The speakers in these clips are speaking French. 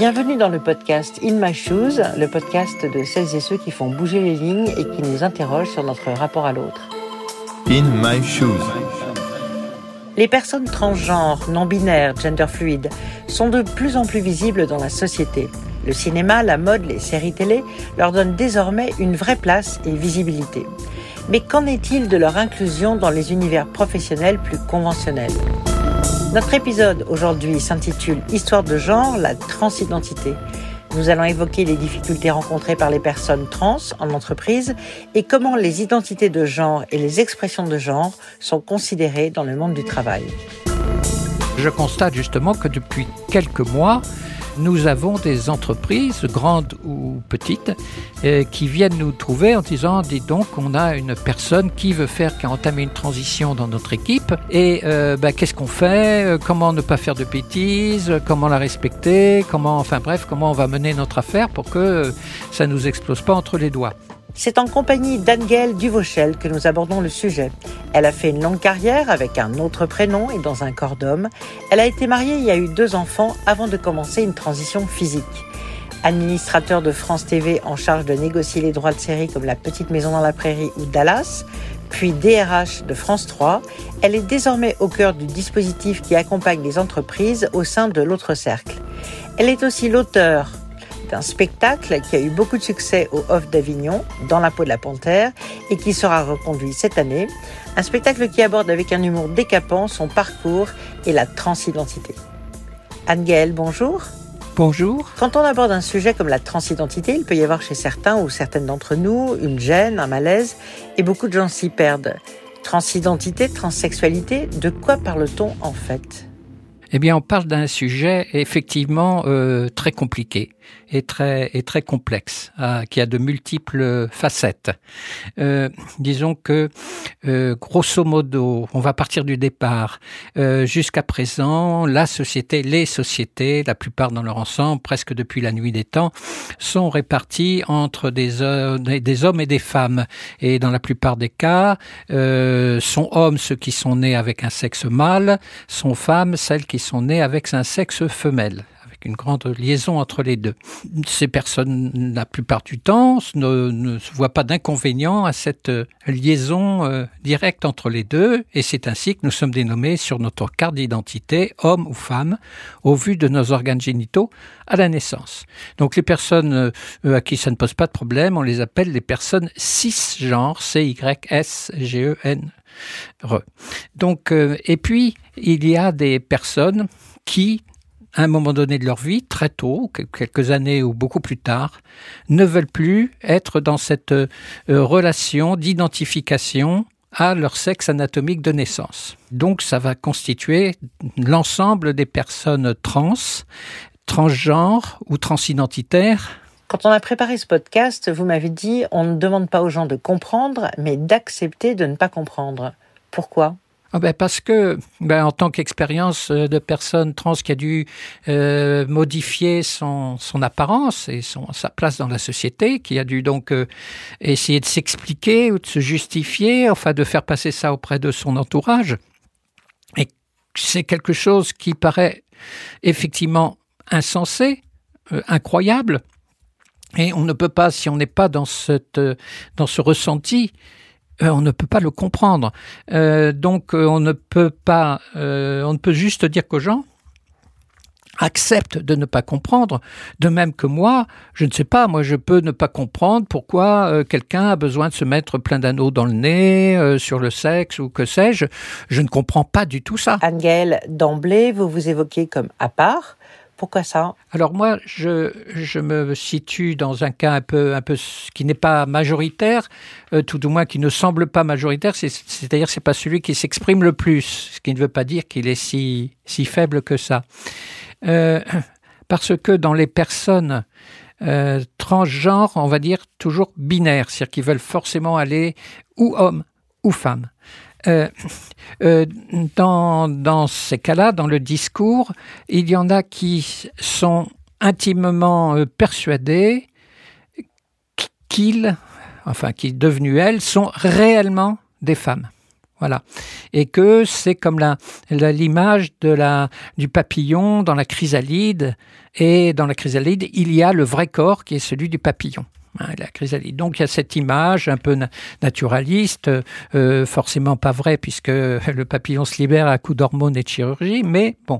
Bienvenue dans le podcast In My Shoes, le podcast de celles et ceux qui font bouger les lignes et qui nous interrogent sur notre rapport à l'autre. In My Shoes. Les personnes transgenres, non-binaires, gender-fluides sont de plus en plus visibles dans la société. Le cinéma, la mode, les séries télé leur donnent désormais une vraie place et visibilité. Mais qu'en est-il de leur inclusion dans les univers professionnels plus conventionnels ? Notre épisode aujourd'hui s'intitule « Histoire de genre, la transidentité ». Nous allons évoquer les difficultés rencontrées par les personnes trans en entreprise et comment les identités de genre et les expressions de genre sont considérées dans le monde du travail. Je constate justement que depuis quelques mois, nous avons des entreprises, grandes ou petites, qui viennent nous trouver en disant « Dis donc, on a une personne qui a entamé une transition dans notre équipe et qu'est-ce qu'on fait ? Comment ne pas faire de bêtises ? Comment la respecter ? Comment on va mener notre affaire pour que ça ne nous explose pas entre les doigts ?» C'est en compagnie d'Anne-Gaëlle Duvauchel que nous abordons le sujet. Elle a fait une longue carrière avec un autre prénom et dans un corps d'homme. Elle a été mariée et a eu 2 enfants avant de commencer une transition physique. Administrateur de France TV en charge de négocier les droits de séries comme La Petite Maison dans la Prairie ou Dallas, puis DRH de France 3, elle est désormais au cœur du dispositif qui accompagne les entreprises au sein de l'Autre Cercle. Elle est aussi l'auteure d'un spectacle qui a eu beaucoup de succès au Off d'Avignon, Dans la peau de la panthère, et qui sera reconduit cette année. Un spectacle qui aborde avec un humour décapant son parcours et la transidentité. Anne-Gaëlle, bonjour. Bonjour. Quand on aborde un sujet comme la transidentité, il peut y avoir chez certains ou certaines d'entre nous une gêne, un malaise, et beaucoup de gens s'y perdent. Transidentité, transsexualité, de quoi parle-t-on en fait ? Eh bien, on parle d'un sujet effectivement très compliqué et très complexe, qui a de multiples facettes. Disons que, grosso modo, on va partir du départ. Jusqu'à présent, les sociétés, la plupart dans leur ensemble, presque depuis la nuit des temps, sont réparties entre des hommes et des femmes. Et dans la plupart des cas, sont hommes ceux qui sont nés avec un sexe mâle, sont femmes celles qui sont nées avec un sexe femelle, avec une grande liaison entre les deux. Ces personnes, la plupart du temps, ne se voient pas d'inconvénient à cette liaison directe entre les deux, et c'est ainsi que nous sommes dénommés sur notre carte d'identité, hommes ou femmes, au vu de nos organes génitaux à la naissance. Donc les personnes à qui ça ne pose pas de problème, on les appelle les personnes cisgenres, CYSGEN. Donc, et puis, il y a des personnes qui, à un moment donné de leur vie, très tôt, quelques années ou beaucoup plus tard, ne veulent plus être dans cette relation d'identification à leur sexe anatomique de naissance. Donc, ça va constituer l'ensemble des personnes transgenres ou transidentitaires. Quand on a préparé ce podcast, vous m'avez dit on ne demande pas aux gens de comprendre, mais d'accepter de ne pas comprendre. Pourquoi ? Parce que, en tant qu'expérience de personne trans qui a dû modifier son apparence et sa place dans la société, qui a dû donc essayer de s'expliquer ou de se justifier, de faire passer ça auprès de son entourage. Et c'est quelque chose qui paraît effectivement insensé, incroyable. Et on ne peut pas, si on n'est pas dans ce ressenti, on ne peut pas le comprendre. Donc on ne peut juste dire qu'aux gens acceptent de ne pas comprendre. De même que moi, je ne sais pas, je peux ne pas comprendre pourquoi quelqu'un a besoin de se mettre plein d'anneaux dans le nez, sur le sexe ou que sais-je. Je ne comprends pas du tout ça. Anne-Gaëlle, d'emblée, vous vous évoquez comme à part. Pourquoi ça ? Alors moi, je me situe dans un cas un peu qui n'est pas majoritaire, tout du moins qui ne semble pas majoritaire, c'est-à-dire c'est pas celui qui s'exprime le plus, ce qui ne veut pas dire qu'il est si faible que ça. Parce que dans les personnes transgenres, on va dire toujours binaires, c'est-à-dire qu'ils veulent forcément aller ou homme ou femme. Dans ces cas-là, dans le discours, il y en a qui sont intimement persuadés qui, devenus elles, sont réellement des femmes. Voilà. et que c'est comme l'image du papillon dans la chrysalide, et dans la chrysalide, il y a le vrai corps qui est celui du papillon. La chrysalide. Donc il y a cette image un peu naturaliste, forcément pas vraie puisque le papillon se libère à coup d'hormones et de chirurgie, mais bon.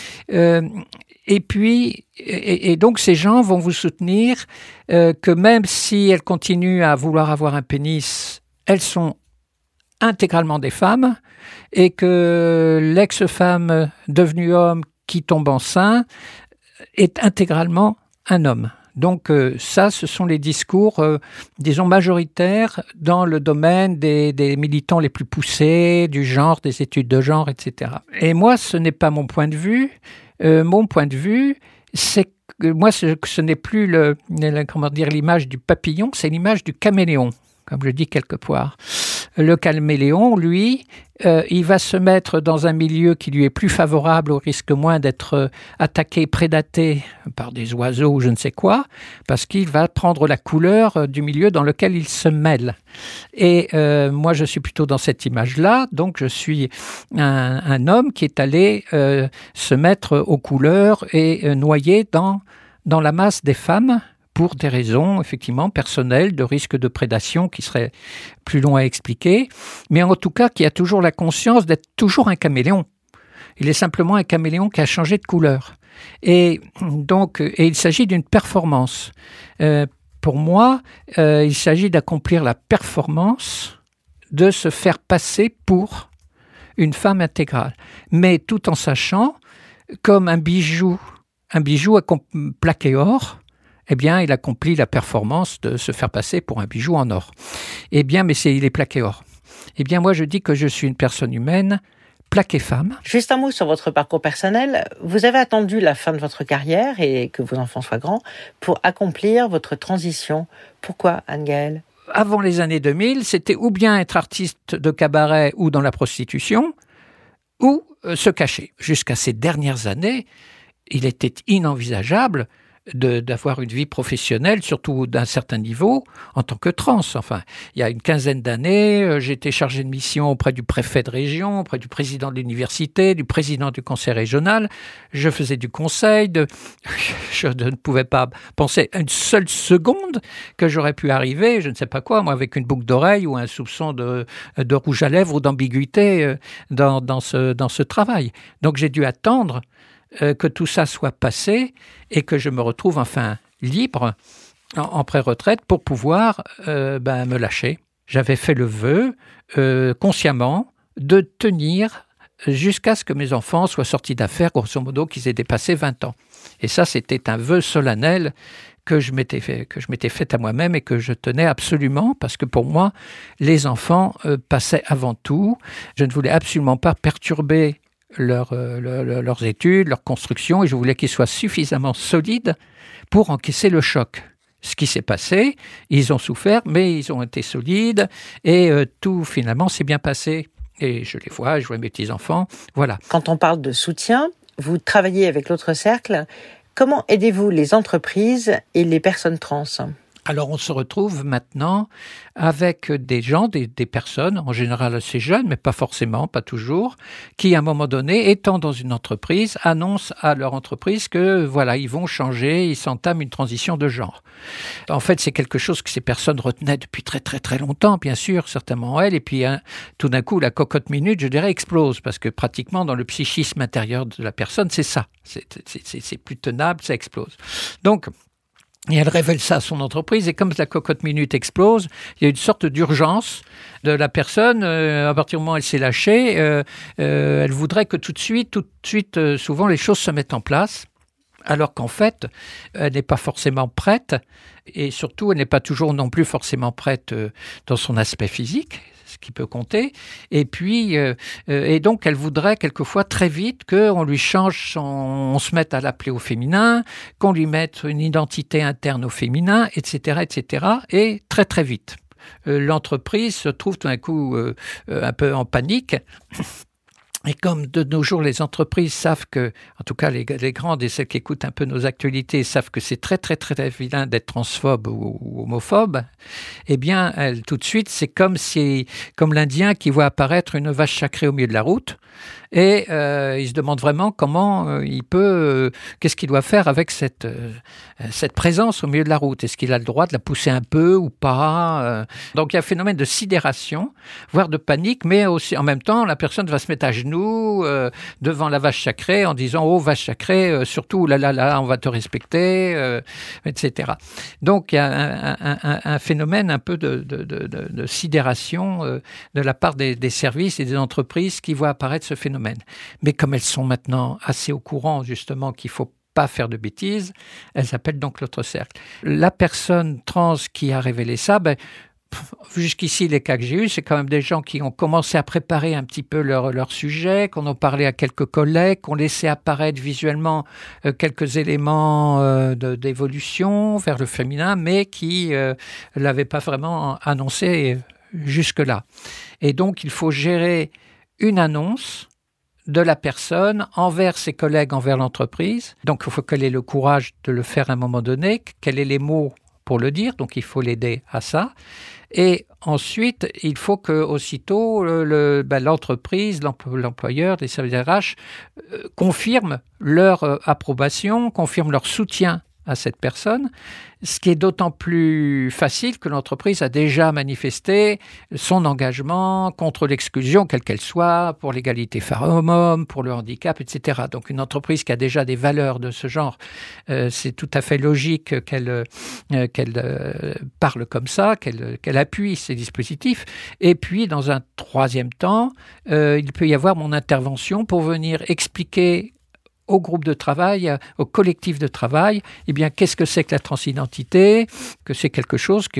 Et puis, et donc ces gens vont vous soutenir que même si elles continuent à vouloir avoir un pénis, elles sont intégralement des femmes, et que l'ex-femme devenue homme qui tombe enceinte est intégralement un homme. Donc ça, ce sont les discours, disons, majoritaires dans le domaine des militants les plus poussés, du genre, des études de genre, etc. Et moi, ce n'est pas mon point de vue. Mon point de vue, c'est que moi, ce n'est plus l'image du papillon, c'est l'image du caméléon, comme je dis quelque part. Le caméléon, lui, il va se mettre dans un milieu qui lui est plus favorable, au risque moins d'être attaqué, prédaté par des oiseaux ou je ne sais quoi, parce qu'il va prendre la couleur du milieu dans lequel il se mêle. Et moi, je suis plutôt dans cette image-là, donc je suis un homme qui est allé se mettre aux couleurs et noyé dans la masse des femmes, pour des raisons, effectivement, personnelles, de risque de prédation qui serait plus long à expliquer, mais en tout cas qui a toujours la conscience d'être toujours un caméléon. Il est simplement un caméléon qui a changé de couleur. Et donc, il s'agit d'une performance. Pour moi, il s'agit d'accomplir la performance de se faire passer pour une femme intégrale, mais tout en sachant, comme un bijou plaqué or, eh bien, il accomplit la performance de se faire passer pour un bijou en or. Eh bien, mais il est plaqué or. Eh bien, moi, je dis que je suis une personne humaine plaquée femme. Juste un mot sur votre parcours personnel. Vous avez attendu la fin de votre carrière et que vos enfants soient grands pour accomplir votre transition. Pourquoi, Anne-Gaëlle ? Avant les années 2000, c'était ou bien être artiste de cabaret ou dans la prostitution, ou se cacher. Jusqu'à ces dernières années, il était inenvisageable d'avoir une vie professionnelle, surtout d'un certain niveau, en tant que trans. Enfin, il y a une quinzaine d'années, j'étais chargé de mission auprès du préfet de région, auprès du président de l'université, du président du conseil régional. Je faisais du conseil. Je ne pouvais pas penser une seule seconde que j'aurais pu arriver, je ne sais pas quoi, moi, avec une boucle d'oreille ou un soupçon de rouge à lèvres ou d'ambiguïté dans ce travail. Donc, j'ai dû attendre que tout ça soit passé et que je me retrouve enfin libre en pré-retraite pour pouvoir me lâcher. J'avais fait le vœu consciemment de tenir jusqu'à ce que mes enfants soient sortis d'affaires, grosso modo qu'ils aient dépassé 20 ans. Et ça, c'était un vœu solennel que je m'étais fait à moi-même et que je tenais absolument, parce que pour moi, les enfants passaient avant tout. Je ne voulais absolument pas perturber leurs études, leur construction, et je voulais qu'ils soient suffisamment solides pour encaisser le choc. Ce qui s'est passé, ils ont souffert, mais ils ont été solides, et tout finalement s'est bien passé. Et je les vois, je vois mes petits-enfants, voilà. Quand on parle de soutien, vous travaillez avec l'autre cercle. Comment aidez-vous les entreprises et les personnes trans ? Alors, on se retrouve maintenant avec des gens, des personnes, en général assez jeunes, mais pas forcément, pas toujours, qui, à un moment donné, étant dans une entreprise, annoncent à leur entreprise que, voilà, ils vont changer, ils s'entament une transition de genre. En fait, c'est quelque chose que ces personnes retenaient depuis très, très, très longtemps, bien sûr, certainement elles, et puis tout d'un coup, la cocotte minute, je dirais, explose, parce que pratiquement, dans le psychisme intérieur de la personne, c'est ça. C'est plus tenable, ça explose. Donc, et elle révèle ça à son entreprise, et comme la cocotte minute explose, il y a une sorte d'urgence de la personne. À partir du moment où elle s'est lâchée, elle voudrait que tout de suite, souvent les choses se mettent en place, alors qu'en fait, elle n'est pas forcément prête, et surtout, elle n'est pas toujours non plus forcément prête dans son aspect physique, ce qui peut compter, et puis et donc elle voudrait quelquefois très vite qu'on lui change on se mette à l'appeler au féminin, qu'on lui mette une identité interne au féminin, etc., et très très vite. L'entreprise se trouve tout d'un coup un peu en panique Et comme de nos jours, les entreprises savent que, en tout cas les grandes et celles qui écoutent un peu nos actualités, savent que c'est très, très, très, très vilain d'être transphobe ou homophobe, eh bien, tout de suite, c'est comme l'Indien qui voit apparaître une vache sacrée au milieu de la route. Et il se demande vraiment comment il peut, qu'est-ce qu'il doit faire avec cette présence au milieu de la route. Est-ce qu'il a le droit de la pousser un peu ou pas? Donc il y a un phénomène de sidération, voire de panique, mais aussi en même temps, la personne va se mettre à genoux devant la vache sacrée en disant « Oh, vache sacrée, surtout, là, on va te respecter, etc. » Donc il y a un phénomène un peu de sidération de la part des services et des entreprises qui voient apparaître ce phénomène. Mais comme elles sont maintenant assez au courant justement qu'il ne faut pas faire de bêtises, elles appellent donc l'autre cercle. La personne trans qui a révélé ça, jusqu'ici, les cas que j'ai eus, c'est quand même des gens qui ont commencé à préparer un petit peu leur sujet, qu'on a parlé à quelques collègues, qu'on laissé apparaître visuellement quelques éléments d'évolution vers le féminin, mais qui ne l'avaient pas vraiment annoncé jusque-là. Et donc, il faut gérer une annonce de la personne envers ses collègues, envers l'entreprise. Donc, il faut qu'elle ait le courage de le faire à un moment donné, qu'elle ait les mots pour le dire, donc il faut l'aider à ça. Et ensuite, il faut que aussitôt l'entreprise, l'employeur, les services RH confirment leur approbation, confirment leur soutien à cette personne, ce qui est d'autant plus facile que l'entreprise a déjà manifesté son engagement contre l'exclusion, quelle qu'elle soit, pour l'égalité femmes-hommes, pour le handicap, etc. Donc une entreprise qui a déjà des valeurs de ce genre, c'est tout à fait logique qu'elle parle comme ça, qu'elle appuie ces dispositifs. Et puis, dans un troisième temps, il peut y avoir mon intervention pour venir expliquer au groupe de travail, au collectif de travail, eh bien, qu'est-ce que c'est que la transidentité, que c'est quelque chose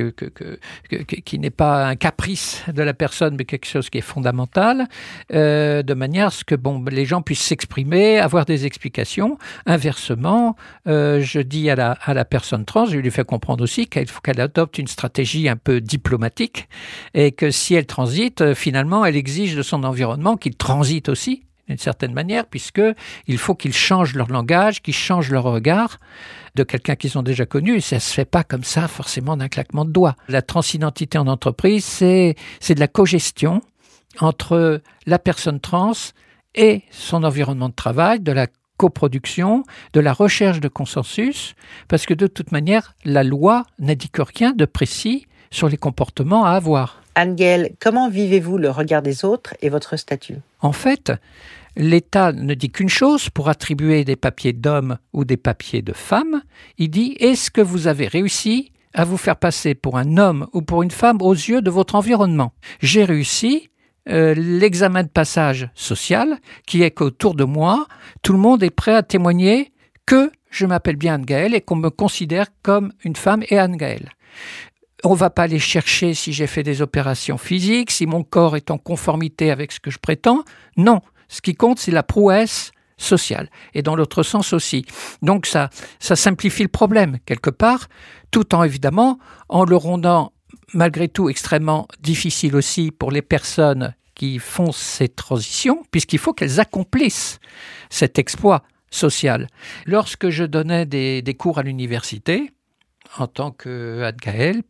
qui n'est pas un caprice de la personne, mais quelque chose qui est fondamental, de manière à ce que les gens puissent s'exprimer, avoir des explications. Inversement, je dis à la personne trans, je lui fais comprendre aussi qu'il faut qu'elle adopte une stratégie un peu diplomatique et que si elle transite, finalement, elle exige de son environnement qu'il transite aussi, d'une certaine manière, puisqu'il faut qu'ils changent leur langage, qu'ils changent leur regard de quelqu'un qu'ils ont déjà connu, et ça ne se fait pas comme ça, forcément, d'un claquement de doigts. La transidentité en entreprise, c'est de la cogestion entre la personne trans et son environnement de travail, de la coproduction, de la recherche de consensus, parce que de toute manière, la loi n'indique rien de précis sur les comportements à avoir. Anne-Gaëlle, comment vivez-vous le regard des autres et votre statut? En fait, l'État ne dit qu'une chose pour attribuer des papiers d'hommes ou des papiers de femmes. Il dit « Est-ce que vous avez réussi à vous faire passer pour un homme ou pour une femme aux yeux de votre environnement ?» J'ai réussi l'examen de passage social qui est qu'autour de moi, tout le monde est prêt à témoigner que je m'appelle bien Anne-Gaëlle et qu'on me considère comme une femme et Anne-Gaëlle. On ne va pas aller chercher si j'ai fait des opérations physiques, si mon corps est en conformité avec ce que je prétends. Non, ce qui compte, c'est la prouesse sociale. Et dans l'autre sens aussi. Donc ça simplifie le problème, quelque part, tout en, évidemment, en le rendant, malgré tout, extrêmement difficile aussi pour les personnes qui font ces transitions, puisqu'il faut qu'elles accomplissent cet exploit social. Lorsque je donnais des cours à l'université, en tant qu'Anne-Gaëlle,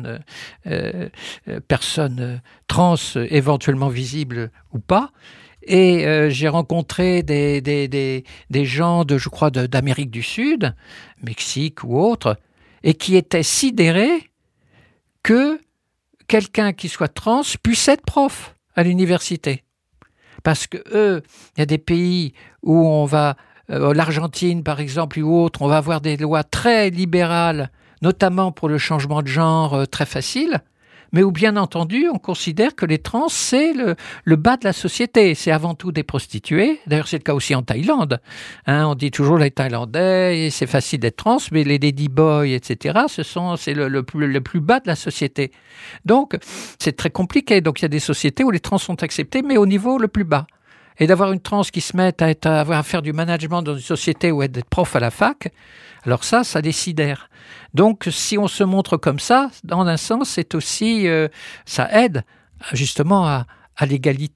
personne trans éventuellement visible ou pas. Et j'ai rencontré des gens, je crois, d'Amérique du Sud, Mexique ou autre, et qui étaient sidérés que quelqu'un qui soit trans puisse être prof à l'université. Parce que il y a des pays où on va, l'Argentine par exemple ou autre, on va avoir des lois très libérales, notamment pour le changement de genre très facile, mais où bien entendu on considère que les trans c'est le bas de la société, c'est avant tout des prostituées. D'ailleurs c'est le cas aussi en Thaïlande, on dit toujours les Thaïlandais, c'est facile d'être trans, mais les ladyboys, etc., c'est le plus bas de la société. Donc c'est très compliqué, donc il y a des sociétés où les trans sont acceptés, mais au niveau le plus bas. Et d'avoir une trans qui se met à faire du management dans une société où être prof à la fac, alors ça les sidère. Donc, si on se montre comme ça, dans un sens, c'est aussi, ça aide justement à l'égalité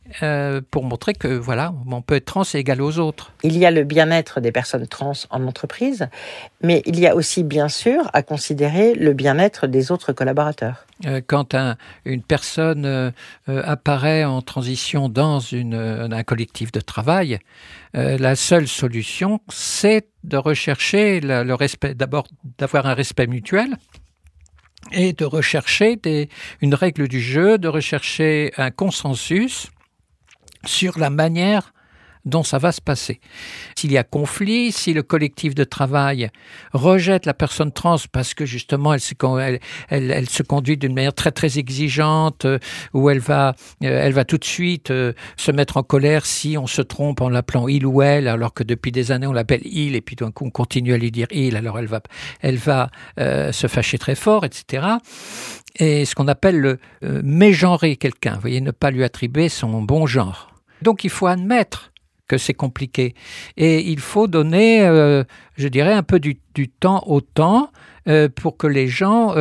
pour montrer que voilà, on peut être trans et égal aux autres. Il y a le bien-être des personnes trans en entreprise, mais il y a aussi bien sûr à considérer le bien-être des autres collaborateurs. Quand une personne apparaît en transition dans un collectif de travail, la seule solution, c'est de rechercher le respect, d'abord d'avoir un respect mutuel et de rechercher une règle du jeu, de rechercher un consensus sur la manière dont ça va se passer. S'il y a conflit, si le collectif de travail rejette la personne trans parce que justement elle se conduit d'une manière très très exigeante, où elle va tout de suite se mettre en colère si on se trompe en l'appelant il ou elle, alors que depuis des années on l'appelle il et puis d'un coup on continue à lui dire il, alors elle va se fâcher très fort, etc. Et ce qu'on appelle le mégenrer quelqu'un, vous voyez, ne pas lui attribuer son bon genre. Donc il faut admettre que c'est compliqué. Et il faut donner, je dirais, un peu du temps au temps pour que les gens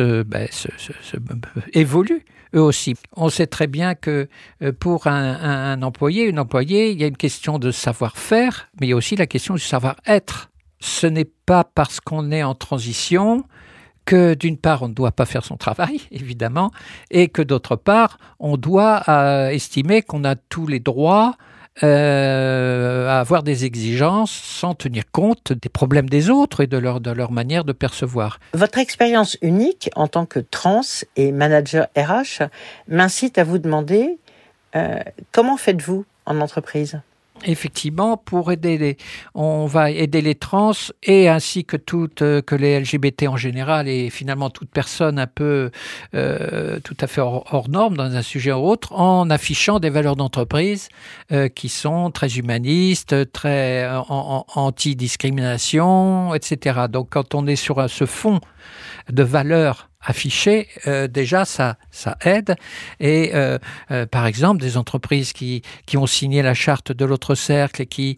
évoluent eux aussi. On sait très bien que pour un employé, une employée, il y a une question de savoir-faire, mais il y a aussi la question du savoir-être. Ce n'est pas parce qu'on est en transition que d'une part, on ne doit pas faire son travail, évidemment, et que d'autre part, on doit estimer qu'on a tous les droits à avoir des exigences sans tenir compte des problèmes des autres et de leur manière de percevoir. Votre expérience unique en tant que trans et manager RH m'incite à vous demander comment faites-vous en entreprise ? Effectivement, on va aider les trans et ainsi que les LGBT en général et finalement toute personne un peu tout à fait hors norme dans un sujet ou autre, en affichant des valeurs d'entreprise qui sont très humanistes, très anti-discrimination, etc. Donc quand on est sur ce fond de valeurs affichées, déjà ça aide. Et par exemple, des entreprises qui ont signé la charte de l'autre cercle et qui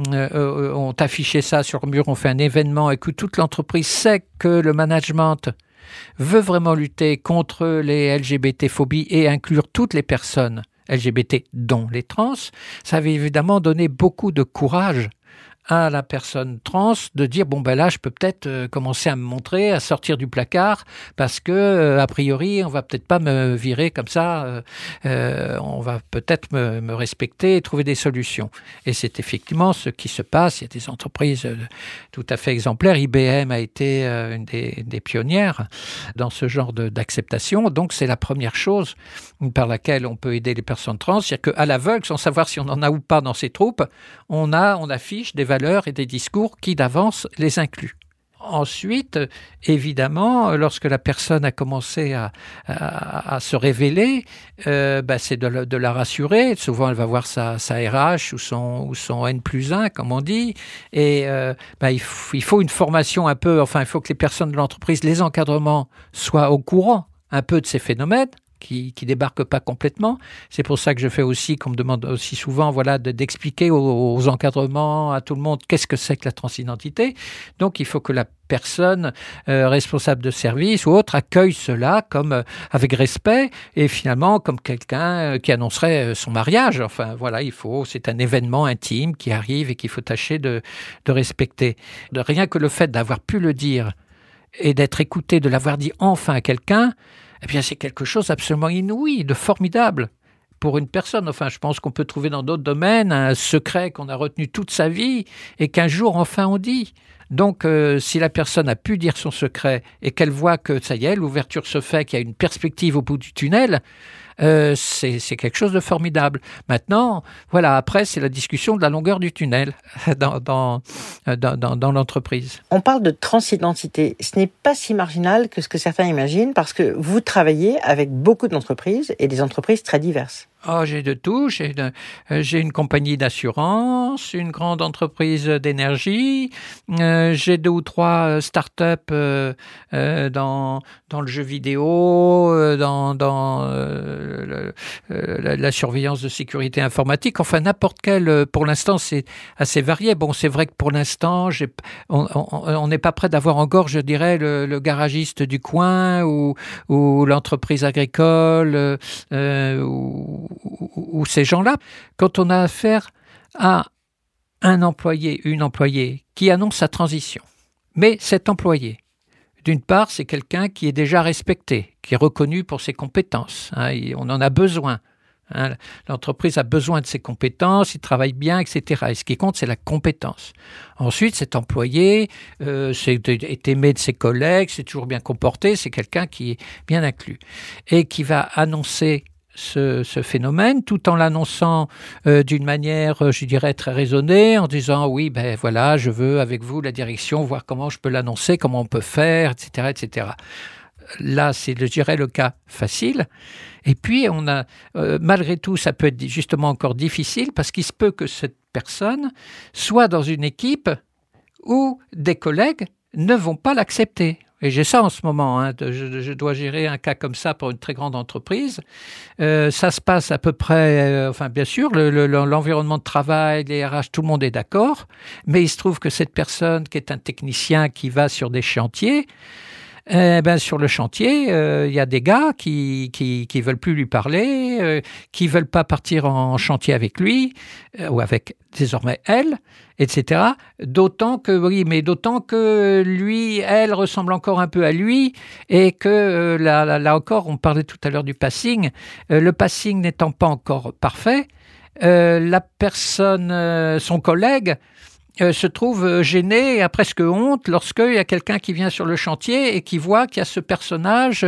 ont affiché ça sur le mur, ont fait un événement et que toute l'entreprise sait que le management veut vraiment lutter contre les LGBT-phobies et inclure toutes les personnes LGBT, dont les trans, ça avait évidemment donné beaucoup de courage à la personne trans de dire bon ben là je peux peut-être commencer à me montrer, à sortir du placard parce que a priori on va peut-être pas me virer comme ça, on va peut-être me respecter et trouver des solutions. Et c'est effectivement ce qui se passe. Il y a des entreprises tout à fait exemplaires. IBM a été une des pionnières dans ce genre d'acceptation. Donc c'est la première chose par laquelle on peut aider les personnes trans, c'est-à-dire qu'à l'aveugle, sans savoir si on en a ou pas dans ses troupes, on affiche des valeurs et des discours qui d'avance les incluent. Ensuite, évidemment, lorsque la personne a commencé à se révéler, c'est de la rassurer. Souvent, elle va voir sa RH ou son N+1, comme on dit. Et il faut une formation un peu, il faut que les personnes de l'entreprise, les encadrements, soient au courant un peu de ces phénomènes qui débarquent pas complètement. C'est pour ça que je fais aussi, qu'on me demande aussi souvent, d'expliquer aux encadrements, à tout le monde, qu'est-ce que c'est que la transidentité. Donc, il faut que la personne responsable de service ou autre accueille cela comme avec respect et finalement comme quelqu'un qui annoncerait son mariage. C'est un événement intime qui arrive et qu'il faut tâcher de respecter. Rien que le fait d'avoir pu le dire et d'être écouté, de l'avoir dit enfin à quelqu'un, eh bien, c'est quelque chose d'absolument inouï, de formidable pour une personne. Je pense qu'on peut trouver dans d'autres domaines un secret qu'on a retenu toute sa vie et qu'un jour, enfin, on dit. Donc, si la personne a pu dire son secret et qu'elle voit que, ça y est, l'ouverture se fait, qu'il y a une perspective au bout du tunnel, c'est quelque chose de formidable. Maintenant, après, c'est la discussion de la longueur du tunnel dans l'entreprise. On parle de transidentité. Ce n'est pas si marginal que ce que certains imaginent parce que vous travaillez avec beaucoup d'entreprises et des entreprises très diverses. J'ai de tout. J'ai une compagnie d'assurance, une grande entreprise d'énergie. J'ai 2 ou 3 start-up dans le jeu vidéo, dans la surveillance de sécurité informatique. N'importe quel. Pour l'instant, c'est assez varié. Bon, c'est vrai que pour l'instant, on n'est pas prêt d'avoir encore, je dirais, le garagiste du coin ou l'entreprise agricole ou ces gens-là, quand on a affaire à un employé, une employée qui annonce sa transition. Mais cet employé, d'une part, c'est quelqu'un qui est déjà respecté, qui est reconnu pour ses compétences. On en a besoin. L'entreprise a besoin de ses compétences, il travaille bien, etc. Et ce qui compte, c'est la compétence. Ensuite, cet employé est aimé de ses collègues, c'est toujours bien comporté, c'est quelqu'un qui est bien inclus. Et qui va annoncer ce phénomène, tout en l'annonçant d'une manière, je dirais, très raisonnée, en disant oui, ben voilà, je veux avec vous la direction, voir comment je peux l'annoncer, comment on peut faire, etc., etc. Là, c'est, je dirais, le cas facile. Et puis, on a, malgré tout, ça peut être justement encore difficile parce qu'il se peut que cette personne soit dans une équipe où des collègues ne vont pas l'accepter. Et j'ai ça en ce moment. Je dois gérer un cas comme ça pour une très grande entreprise. Ça se passe à peu près, bien sûr, l'environnement de travail, les RH, tout le monde est d'accord. Mais il se trouve que cette personne qui est un technicien qui va sur des chantiers, sur le chantier, il y a des gars qui veulent plus lui parler, qui veulent pas partir en chantier avec lui ou avec désormais elle, etc. D'autant que lui, elle ressemble encore un peu à lui et que là encore, on parlait tout à l'heure du passing. Le passing n'étant pas encore parfait, la personne, son collègue, se trouve gêné et a presque honte lorsqu'il y a quelqu'un qui vient sur le chantier et qui voit qu'il y a ce personnage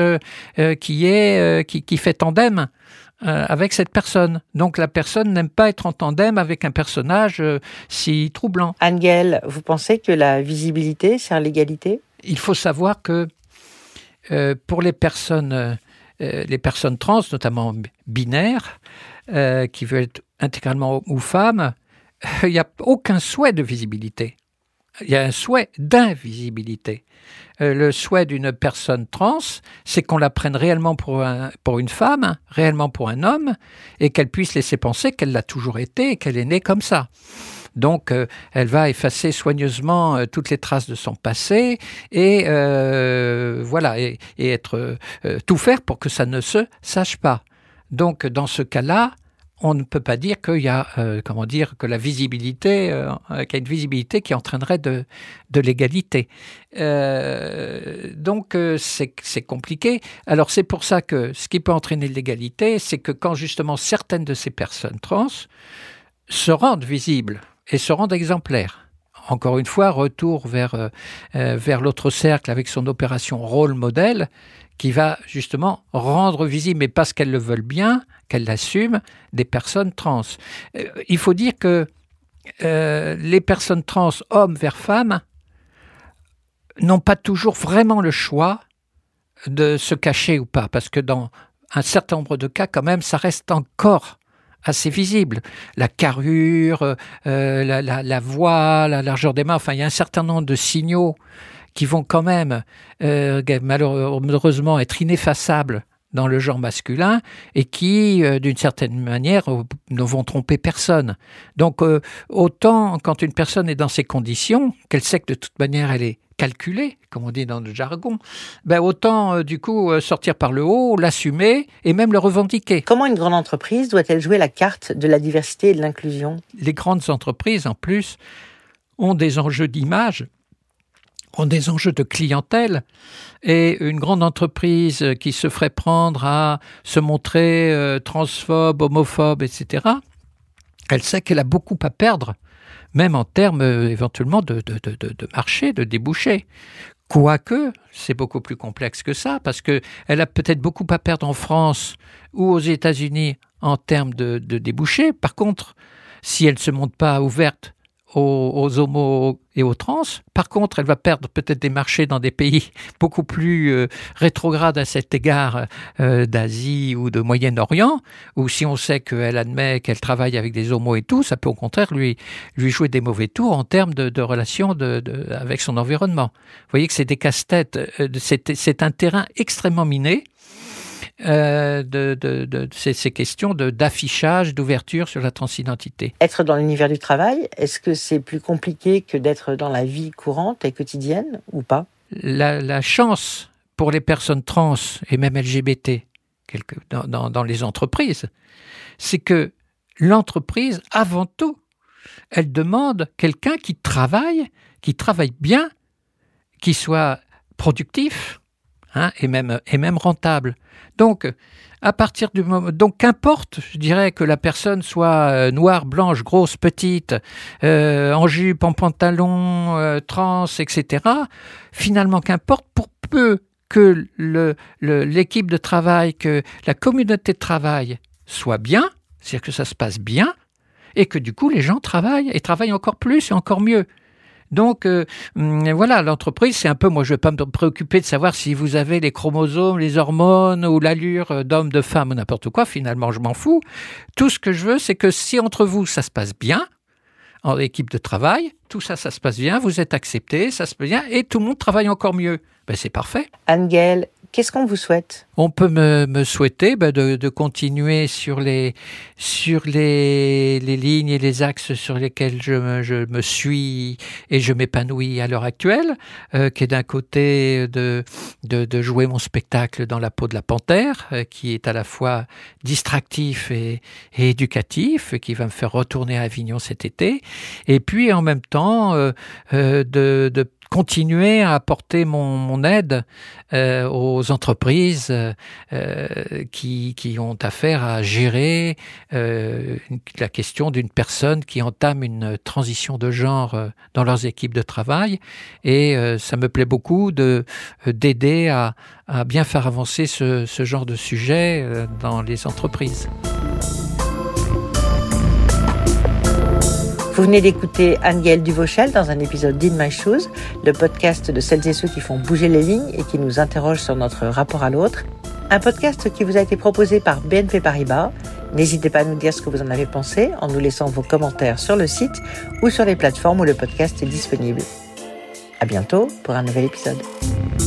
qui fait tandem avec cette personne. Donc la personne n'aime pas être en tandem avec un personnage si troublant. Anne-Gaëlle, vous pensez que la visibilité sert l'égalité ? Il faut savoir que pour les personnes trans, notamment binaires, qui veulent être intégralement hommes ou femmes, il n'y a aucun souhait de visibilité. Il y a un souhait d'invisibilité. Le souhait d'une personne trans, c'est qu'on la prenne réellement pour une femme, réellement pour un homme, et qu'elle puisse laisser penser qu'elle l'a toujours été et qu'elle est née comme ça. Donc, elle va effacer soigneusement toutes les traces de son passé et tout faire pour que ça ne se sache pas. Donc, dans ce cas-là, on ne peut pas dire qu'il y a, que la visibilité, qu'il y a une visibilité qui entraînerait de l'égalité. Donc, c'est compliqué. Alors, c'est pour ça que ce qui peut entraîner l'égalité, c'est que quand justement certaines de ces personnes trans se rendent visibles et se rendent exemplaires. Encore une fois, retour vers l'autre cercle avec son opération rôle modèle, qui va justement rendre visible, mais parce qu'elles le veulent bien, qu'elles l'assument, des personnes trans. Il faut dire que les personnes trans, hommes vers femmes, n'ont pas toujours vraiment le choix de se cacher ou pas, parce que dans un certain nombre de cas, quand même, ça reste encore assez visible. La carrure, la voix, la largeur des mains, il y a un certain nombre de signaux qui vont quand même malheureusement être ineffaçables dans le genre masculin et qui, d'une certaine manière, ne vont tromper personne. Donc, autant quand une personne est dans ces conditions, qu'elle sait que de toute manière elle est calculée, comme on dit dans le jargon, autant du coup sortir par le haut, l'assumer et même le revendiquer. Comment une grande entreprise doit-elle jouer la carte de la diversité et de l'inclusion ? Les grandes entreprises, en plus, ont des enjeux d'image, ont des enjeux de clientèle, et une grande entreprise qui se ferait prendre à se montrer transphobe, homophobe, etc., elle sait qu'elle a beaucoup à perdre, même en termes éventuellement de marché, de débouchés. Quoique, c'est beaucoup plus complexe que ça, parce qu'elle a peut-être beaucoup à perdre en France ou aux États-Unis en termes de débouchés. Par contre, si elle ne se montre pas ouverte aux homos et aux trans. Par contre, elle va perdre peut-être des marchés dans des pays beaucoup plus rétrogrades à cet égard d'Asie ou de Moyen-Orient, où si on sait qu'elle admet qu'elle travaille avec des homos et tout, ça peut au contraire lui jouer des mauvais tours en termes de relations avec son environnement. Vous voyez que c'est des casse-têtes, c'est un terrain extrêmement miné. Ces questions d'affichage, d'ouverture sur la transidentité. Être dans l'univers du travail, est-ce que c'est plus compliqué que d'être dans la vie courante et quotidienne ou pas ? La chance pour les personnes trans et même LGBT dans les entreprises, c'est que l'entreprise, avant tout, elle demande quelqu'un qui travaille bien, qui soit productif, et même rentable. Donc, à partir du moment, donc qu'importe, je dirais que la personne soit noire, blanche, grosse, petite, en jupe, en pantalon, trans, etc. Finalement, qu'importe, pour peu que l'équipe de travail, que la communauté de travail soit bien, c'est-à-dire que ça se passe bien, et que du coup les gens travaillent encore plus et encore mieux. Donc voilà, l'entreprise, c'est un peu, moi je ne vais pas me préoccuper de savoir si vous avez les chromosomes, les hormones ou l'allure d'homme, de femme ou n'importe quoi, finalement je m'en fous. Tout ce que je veux, c'est que si entre vous ça se passe bien, en équipe de travail, tout ça se passe bien, vous êtes acceptés, ça se passe bien et tout le monde travaille encore mieux. Ben, c'est parfait. Anne-Gaëlle, qu'est-ce qu'on vous souhaite ? On peut me souhaiter de continuer sur les lignes et les axes sur lesquels je me suis et je m'épanouis à l'heure actuelle, qui est d'un côté de jouer mon spectacle dans la peau de la panthère, qui est à la fois distractif et éducatif, qui va me faire retourner à Avignon cet été, et puis en même temps de continuer à apporter mon aide aux entreprises qui ont affaire à gérer la question d'une personne qui entame une transition de genre dans leurs équipes de travail. Et ça me plaît beaucoup d'aider à bien faire avancer ce genre de sujet dans les entreprises. Vous venez d'écouter Anne-Gaëlle Duvauchel dans un épisode d'In My Shoes, le podcast de celles et ceux qui font bouger les lignes et qui nous interrogent sur notre rapport à l'autre. Un podcast qui vous a été proposé par BNP Paribas. N'hésitez pas à nous dire ce que vous en avez pensé en nous laissant vos commentaires sur le site ou sur les plateformes où le podcast est disponible. À bientôt pour un nouvel épisode.